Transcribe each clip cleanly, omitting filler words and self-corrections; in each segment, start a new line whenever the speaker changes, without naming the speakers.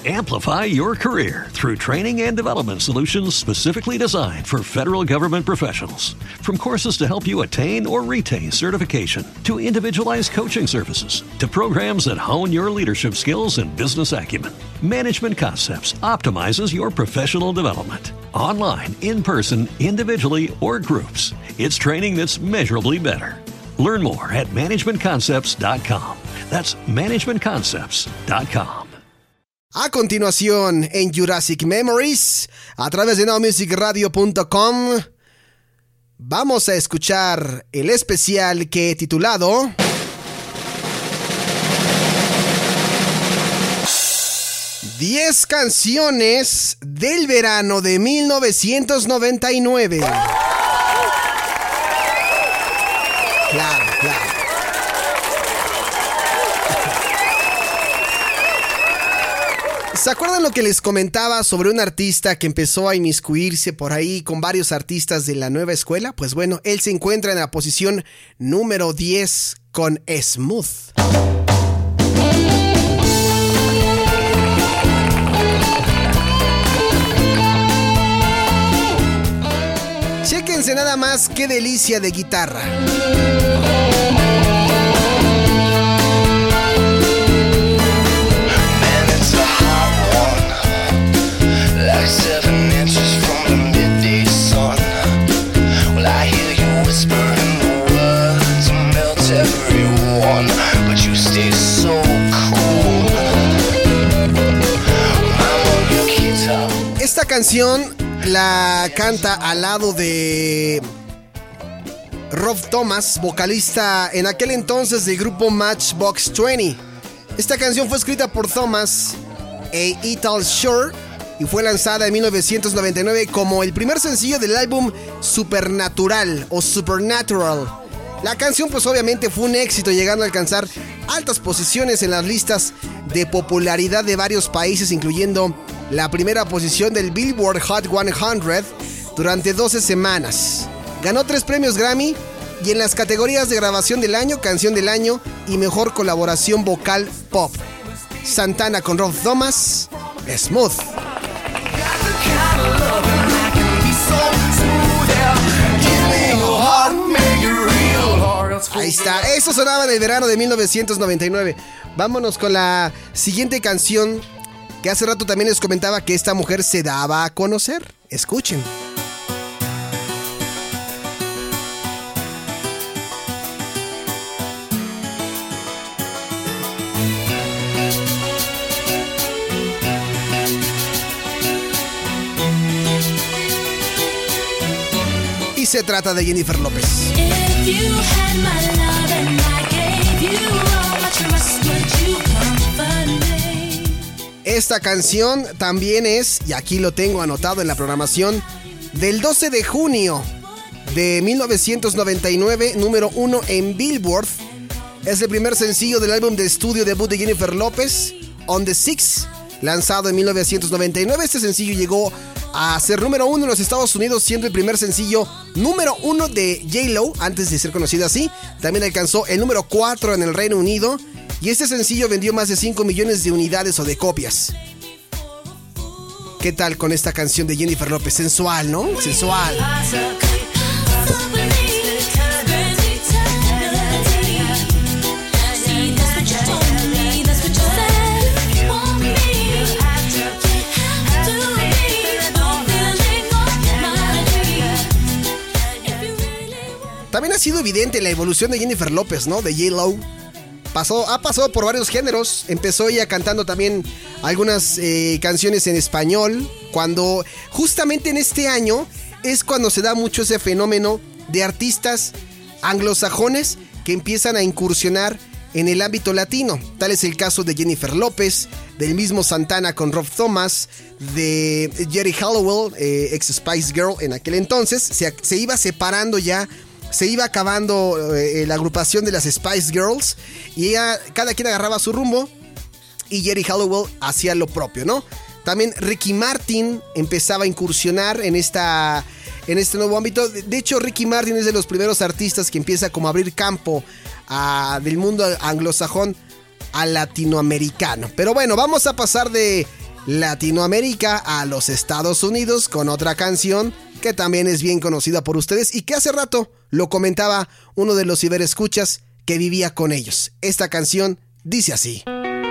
Amplify your career through training and development solutions specifically designed for federal government professionals. From courses to help you attain or retain certification, to individualized coaching services, to programs that hone your leadership skills and business acumen, Management Concepts optimizes your professional development. Online, in person, individually, or groups, it's training that's measurably better. Learn more at managementconcepts.com. That's managementconcepts.com.
A continuación, en Jurassic Memories, a través de nowmusicradio.com, vamos a escuchar el especial que he titulado "10 canciones del verano de 1999. Claro. ¿Se acuerdan lo que les comentaba sobre un artista que empezó a inmiscuirse por ahí con varios artistas de la nueva escuela? Pues bueno, él se encuentra en la posición número 10 con Smooth. Chéquense nada más qué delicia de guitarra.
Like 7 inches from the midday sun. Well, I hear you whispering the words to melt everyone, but you stay so cool. I'm on your guitar.
Esta canción la canta al lado de Rob Thomas, vocalista en aquel entonces del grupo Matchbox 20. Esta canción fue escrita por Thomas e Ethel Shore y fue lanzada en 1999 como el primer sencillo del álbum Supernatural o Supernatural. La canción pues obviamente fue un éxito, llegando a alcanzar altas posiciones en las listas de popularidad de varios países, incluyendo la primera posición del Billboard Hot 100 durante 12 semanas. Ganó 3 premios Grammy y en las categorías de grabación del año, canción del año y mejor colaboración vocal pop. Santana con Rob Thomas, Smooth. Ahí está, eso sonaba en el verano de 1999. Vámonos con la siguiente canción, que hace rato también les comentaba que esta mujer se daba a conocer. Escuchen. Y se trata de Jennifer López. Esta canción también es, y aquí lo tengo anotado en la programación, del 12 de junio de 1999, número 1 en Billboard. Es el primer sencillo del álbum de estudio debut de Jennifer López, On the Six, lanzado en 1999. Este sencillo llegó a ser número 1 en los Estados Unidos, siendo el primer sencillo número 1 de J-Lo, antes de ser conocido así. También alcanzó el número 4 en el Reino Unido, y este sencillo vendió más de 5 millones de unidades o de copias. ¿Qué tal con esta canción de Jennifer López? Sensual, ¿no? Sensual. También ha sido evidente la evolución de Jennifer López, ¿no? De J-Lo. Ha pasado por varios géneros. Empezó ella cantando también algunas canciones en español. Cuando justamente en este año es cuando se da mucho ese fenómeno de artistas anglosajones que empiezan a incursionar en el ámbito latino. Tal es el caso de Jennifer López, del mismo Santana con Rob Thomas, de Geri Halliwell, ex Spice Girl en aquel entonces. Se iba separando ya. Se iba acabando la agrupación de las Spice Girls y cada quien agarraba su rumbo y Geri Halliwell hacía lo propio, ¿no? También Ricky Martin empezaba a incursionar en este nuevo ámbito. De hecho, Ricky Martin es de los primeros artistas que empieza como a abrir campo del mundo anglosajón al latinoamericano. Pero bueno, vamos a pasar de Latinoamérica a los Estados Unidos con otra canción que también es bien conocida por ustedes y que hace rato lo comentaba uno de los ciberescuchas que vivía con ellos. Esta canción dice así.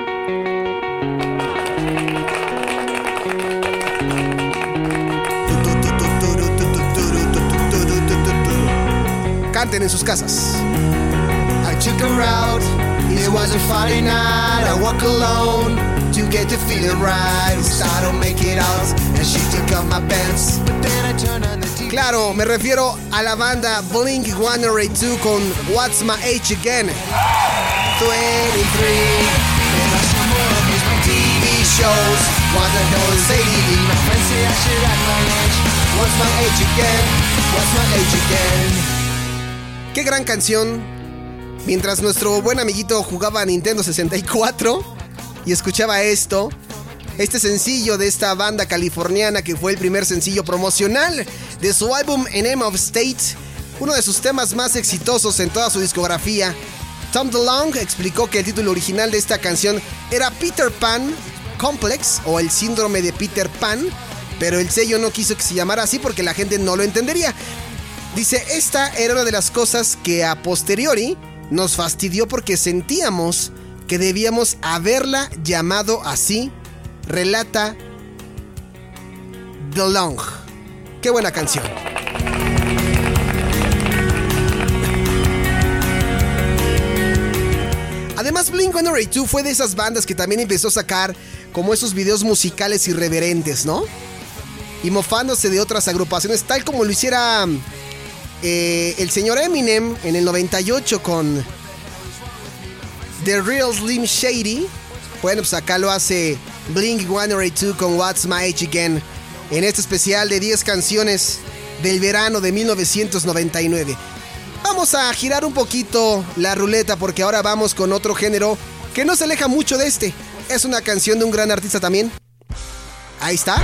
Canten en sus casas. I took a route, it was a Friday night, I walk alone to get to feel it right. I don't make it out, and she took off my pants. But then I turned on the TV. Claro, me refiero a la banda Blink-182 con What's My Age Again. 23. And I saw more of these TV shows. What the hell is 80? My friends say I should act my age. What's my age again? What's my age again? Qué gran canción. Mientras nuestro buen amiguito jugaba a Nintendo 64 y escuchaba esto, este sencillo de esta banda californiana que fue el primer sencillo promocional de su álbum Enema of State, uno de sus temas más exitosos en toda su discografía. Tom DeLonge explicó que el título original de esta canción era Peter Pan Complex o el síndrome de Peter Pan, pero el sello no quiso que se llamara así porque la gente no lo entendería. Dice, esta era una de las cosas que a posteriori nos fastidió porque sentíamos que debíamos haberla llamado así, relata DeLonge. Qué buena canción. Además, Blink-182 fue de esas bandas que también empezó a sacar como esos videos musicales irreverentes, ¿no? Y mofándose de otras agrupaciones, tal como lo hiciera el señor Eminem en el 98 con The Real Slim Shady. Bueno, pues acá lo hace Blink-182 con What's My Age Again en este especial de 10 canciones del verano de 1999. Vamos a girar un poquito la ruleta porque ahora vamos con otro género que no se aleja mucho de este. Es una canción de un gran artista también. Ahí está.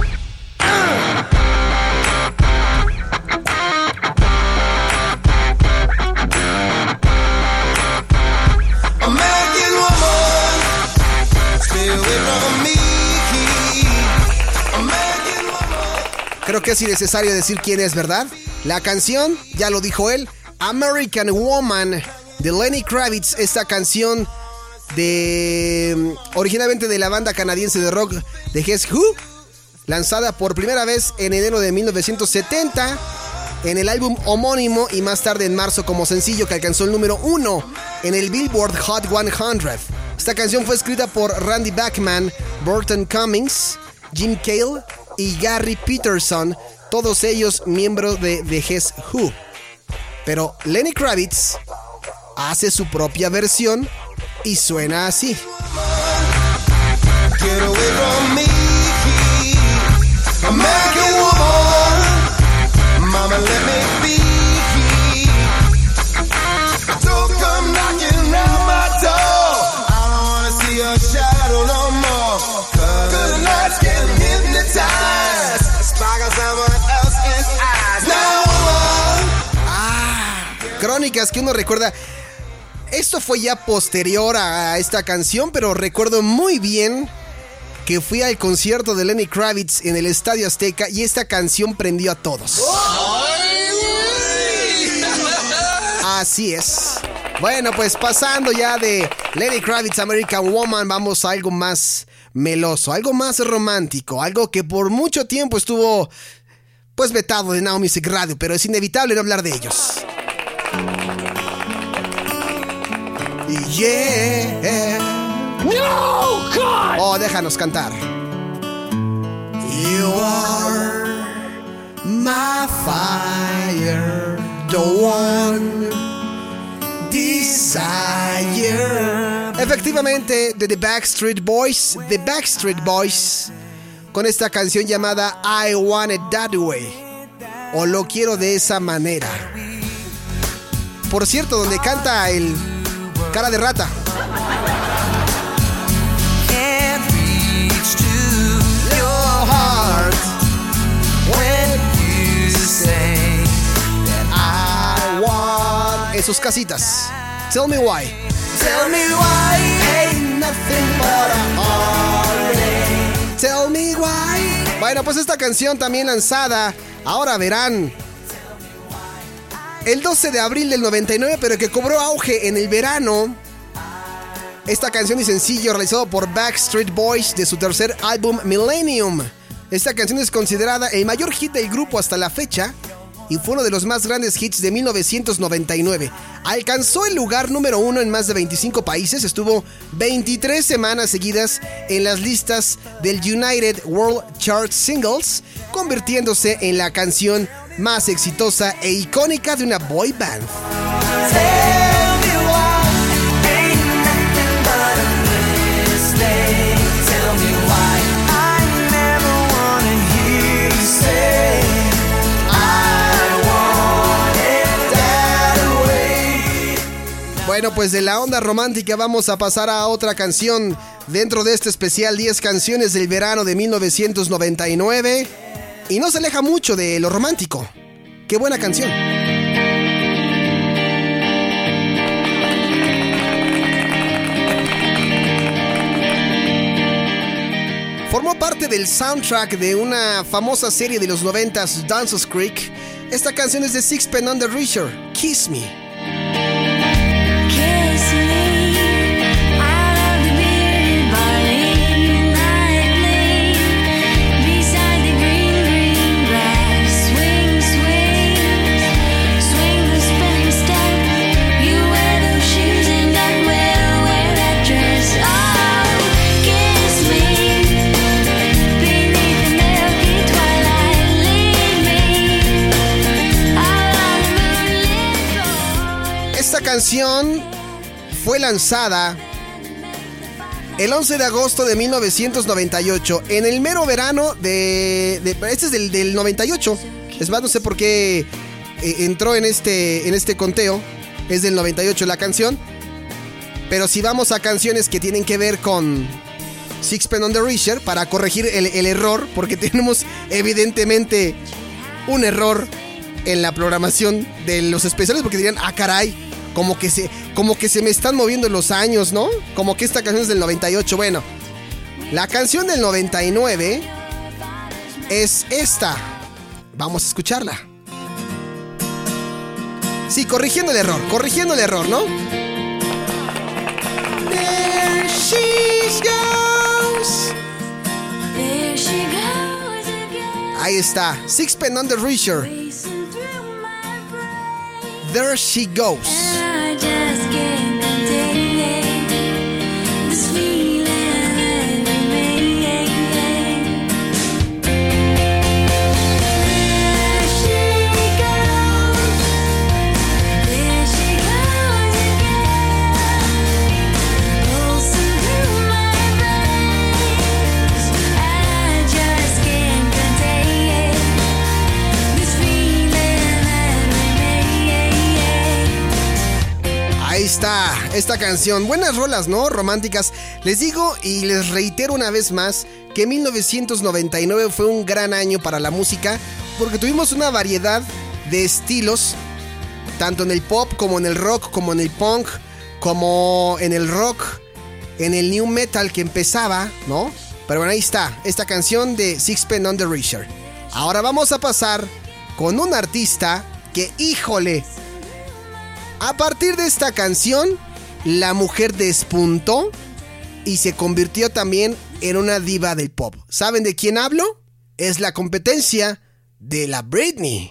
Creo que es innecesario decir quién es, ¿verdad? La canción, ya lo dijo él, American Woman, de Lenny Kravitz. Esta canción originalmente de la banda canadiense de rock de Guess Who, lanzada por primera vez en enero de 1970 en el álbum homónimo y más tarde en marzo como sencillo que alcanzó el número 1 en el Billboard Hot 100. Esta canción fue escrita por Randy Bachman, Burton Cummings, Jim Cale y Gary Peterson, todos ellos miembros de Guess Who. Pero Lenny Kravitz hace su propia versión y suena así. Get away from me, American woman, mama let me be. Don't come knocking round my door, I don't wanna see a shadow no more, 'cause the night's getting hypnotized, sparkle someone else's eyes. No one. Crónicas que uno recuerda. Esto fue ya posterior a esta canción, pero recuerdo muy bien que fui al concierto de Lenny Kravitz en el Estadio Azteca y esta canción prendió a todos. Así es. Bueno, pues pasando ya de Lenny Kravitz, American Woman, vamos a algo más meloso, algo más romántico, algo que por mucho tiempo estuvo pues vetado de Now Music Radio, pero es inevitable no hablar de ellos. Yeah.
No, God!
Oh, déjanos cantar. You are my fire, the one desire. Efectivamente, de The Backstreet Boys, con esta canción llamada I Want It That Way, o Lo Quiero de Esa Manera. Por cierto, donde canta el Cara de Rata. En sus casitas. Tell me why. Tell me why ain't nothing but a heartache. Bueno, pues esta canción también lanzada, ahora verán, el 12 de abril del 99, pero que cobró auge en el verano. Esta canción y sencillo realizado por Backstreet Boys de su tercer álbum Millennium. Esta canción es considerada el mayor hit del grupo hasta la fecha y fue uno de los más grandes hits de 1999. Alcanzó el lugar número 1 en más de 25 países, estuvo 23 semanas seguidas en las listas del United World Chart Singles, convirtiéndose en la canción más exitosa e icónica de una boy band. Bueno, pues de la onda romántica vamos a pasar a otra canción dentro de este especial 10 canciones del verano de 1999. Y no se aleja mucho de lo romántico. ¡Qué buena canción! Formó parte del soundtrack de una famosa serie de los 90s, Dawson's Creek. Esta canción es de Sixpence None the Richer, Kiss Me. Esta canción fue lanzada el 11 de agosto de 1998, en el mero verano este es del 98. Es más, no sé por qué entró en este conteo. Es del 98 la canción. Pero si vamos a canciones que tienen que ver con Sixpence None the Richer, para corregir el error, porque tenemos evidentemente un error en la programación de los especiales, porque dirían, ah, caray, como que se me están moviendo los años, ¿no? Como que esta canción es del 98. Bueno, la canción del 99 es esta. Vamos a escucharla. Sí, corrigiendo el error, ¿no? There she goes. There she goes again. Ahí está, Sixpence None the Richer. There she goes. Ahí está, esta canción. Buenas rolas, ¿no? Románticas. Les digo y les reitero una vez más que 1999 fue un gran año para la música, porque tuvimos una variedad de estilos, tanto en el pop como en el rock, como en el punk, como en el rock, en el new metal que empezaba, ¿no? Pero bueno, ahí está, esta canción de Sixpence None the Richer. Ahora vamos a pasar con un artista que, híjole, a partir de esta canción, la mujer despuntó y se convirtió también en una diva del pop. ¿Saben de quién hablo? Es la competencia de la Britney.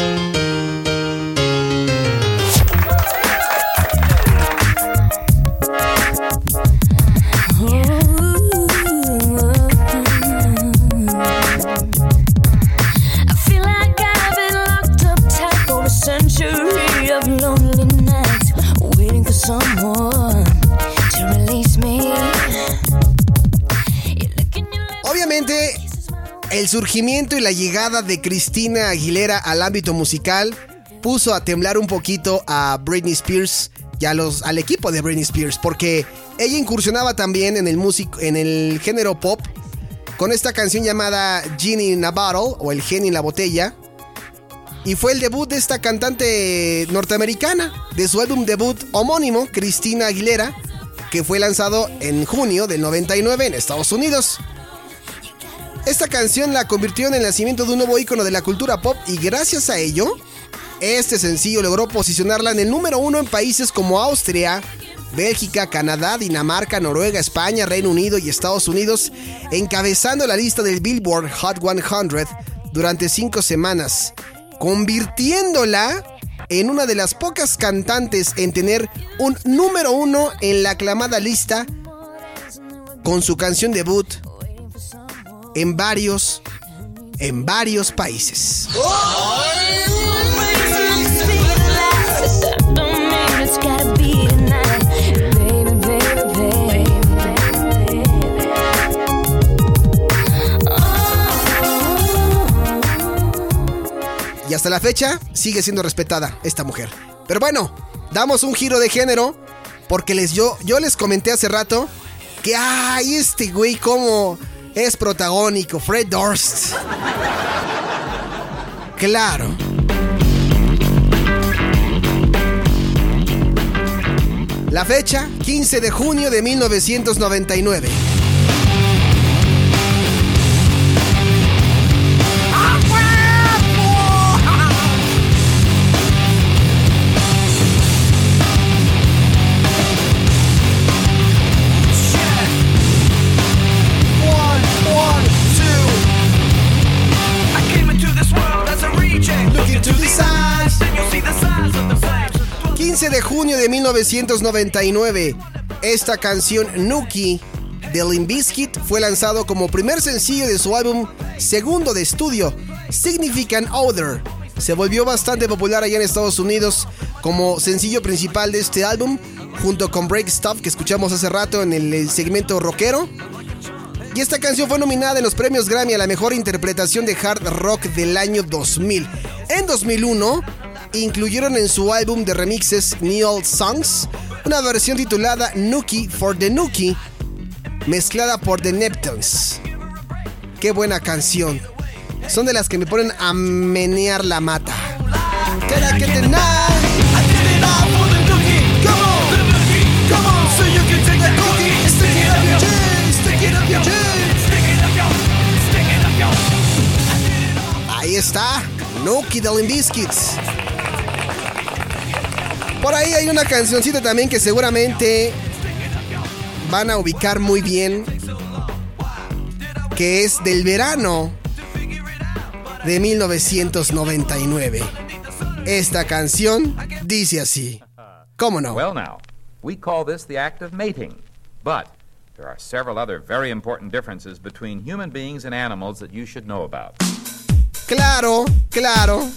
Obviamente, el surgimiento y la llegada de Christina Aguilera al ámbito musical puso a temblar un poquito a Britney Spears y al equipo de Britney Spears, porque ella incursionaba también en el género pop con esta canción llamada Genie in a Bottle, o El genio en la botella, y fue el debut de esta cantante norteamericana, de su álbum debut homónimo, Christina Aguilera, que fue lanzado en junio del 99 en Estados Unidos. Esta canción la convirtió en el nacimiento de un nuevo ícono de la cultura pop y gracias a ello, este sencillo logró posicionarla en el número 1 en países como Austria, Bélgica, Canadá, Dinamarca, Noruega, España, Reino Unido y Estados Unidos, encabezando la lista del Billboard Hot 100 durante 5 semanas, convirtiéndola en una de las pocas cantantes en tener un número 1 en la aclamada lista con su canción debut en varios países. Y hasta la fecha sigue siendo respetada esta mujer. Pero bueno, damos un giro de género porque yo les comenté hace rato que este güey como es protagónico, Fred Durst. Claro. La fecha, 15 de junio de 1999. De junio de 1999, esta canción Nookie de Limp Bizkit fue lanzado como primer sencillo de su álbum segundo de estudio, Significant Other. Se volvió bastante popular allá en Estados Unidos como sencillo principal de este álbum, junto con Break Stuff que escuchamos hace rato en el segmento rockero. Y esta canción fue nominada en los premios Grammy a la mejor interpretación de hard rock del año 2000. En 2001 incluyeron en su álbum de remixes New Songs una versión titulada Nookie for the Nookie, mezclada por The Neptunes. Qué buena canción. Son de las que me ponen a menear la mata. Ahí está, Nookie de Limp Bizkit. Por ahí hay una cancioncita también que seguramente van a ubicar muy bien, que es del verano de 1999. Esta canción dice así. ¿Cómo no?
Well now, we call this the act of mating, but there are several other very important differences between human beings and animals that you should know about.
Claro, claro.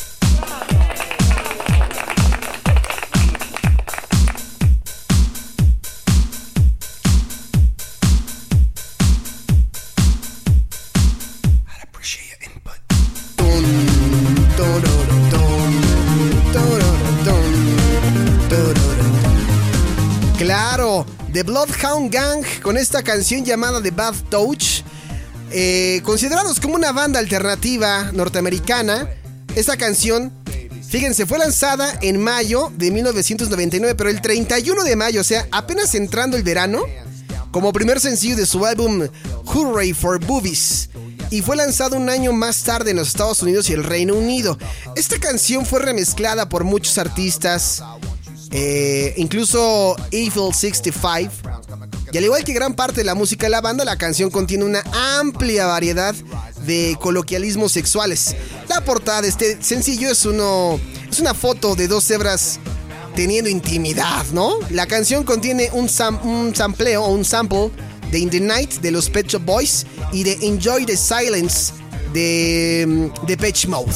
Claro, The Bloodhound Gang con esta canción llamada The Bad Touch. Considerados como una banda alternativa norteamericana, esta canción, fíjense, fue lanzada en mayo de 1999, pero el 31 de mayo, o sea, apenas entrando el verano, como primer sencillo de su álbum Hooray for Boobies, y fue lanzado un año más tarde en los Estados Unidos y el Reino Unido. Esta canción fue remezclada por muchos artistas, incluso Evil 65. Y al igual que gran parte de la música de la banda, la canción contiene una amplia variedad de coloquialismos sexuales. La portada de este sencillo es una foto de dos cebras teniendo intimidad, ¿no? La canción contiene un sampleo o un sample de In the Night de los Pet Shop Boys y de Enjoy the Silence de Depeche Mode.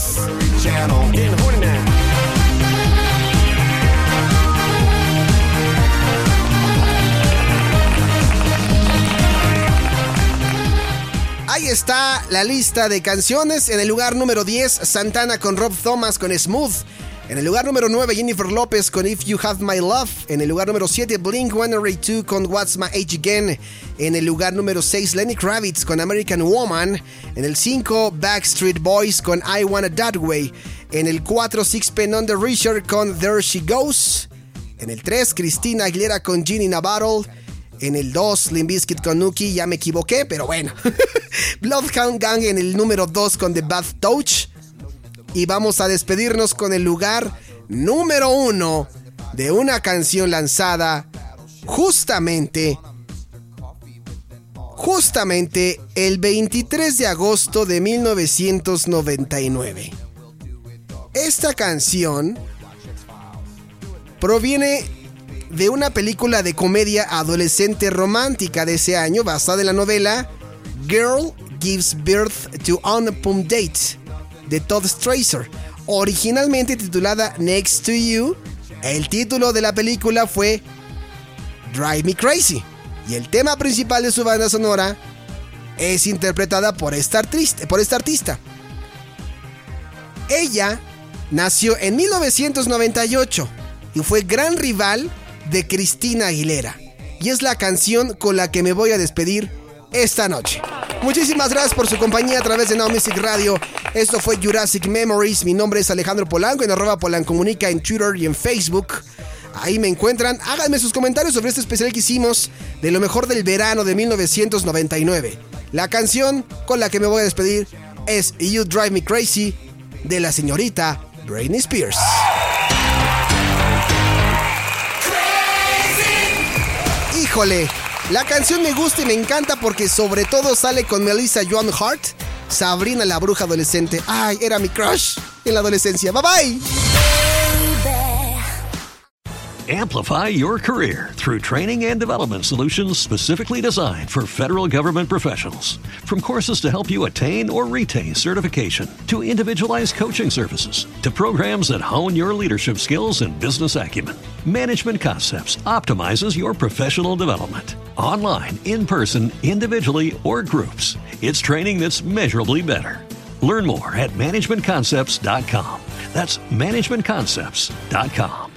Ahí está la lista de canciones. En el lugar número 10, Santana con Rob Thomas con Smooth. En el lugar número 9, Jennifer Lopez con If You Have My Love. En el lugar número 7, Blink-182 con What's My Age Again. En el lugar número 6, Lenny Kravitz con American Woman. En el 5, Backstreet Boys con I Want It That Way. En el 4, Sixpence None the Richer con There She Goes. En el 3, Christina Aguilera con Ginny Navarro. En el 2, Limp Bizkit con Nuki, ya me equivoqué, pero bueno. Bloodhound Gang en el número 2 con The Bad Touch. Y vamos a despedirnos con el lugar número 1 de una canción lanzada justamente el 23 de agosto de 1999. Esta canción proviene de una película de comedia adolescente romántica de ese año, basada en la novela Girl Gives Birth to Unpum Date de Todd Strasser, originalmente titulada Next to You. El título de la película fue Drive Me Crazy, y el tema principal de su banda sonora es interpretada por esta artista. Ella nació en 1998 y fue gran rival de Christina Aguilera, y es la canción con la que me voy a despedir esta noche. Muchísimas gracias por su compañía a través de Now Music Radio. Esto fue Jurassic Memories. Mi nombre es Alejandro Polanco, en @PolanComunica en Twitter y en Facebook. Ahí me encuentran. Háganme sus comentarios sobre este especial que hicimos de lo mejor del verano de 1999. La canción con la que me voy a despedir es You Drive Me Crazy de la señorita Britney Spears. Híjole, la canción me gusta y me encanta porque sobre todo sale con Melissa Joan Hart, Sabrina la bruja adolescente. Ay, era mi crush en la adolescencia. Bye bye.
Amplify your career through training and development solutions specifically designed for federal government professionals. From courses to help you attain or retain certification, to individualized coaching services, to programs that hone your leadership skills and business acumen, Management Concepts optimizes your professional development. Online, in person, individually, or groups, it's training that's measurably better. Learn more at managementconcepts.com. That's managementconcepts.com.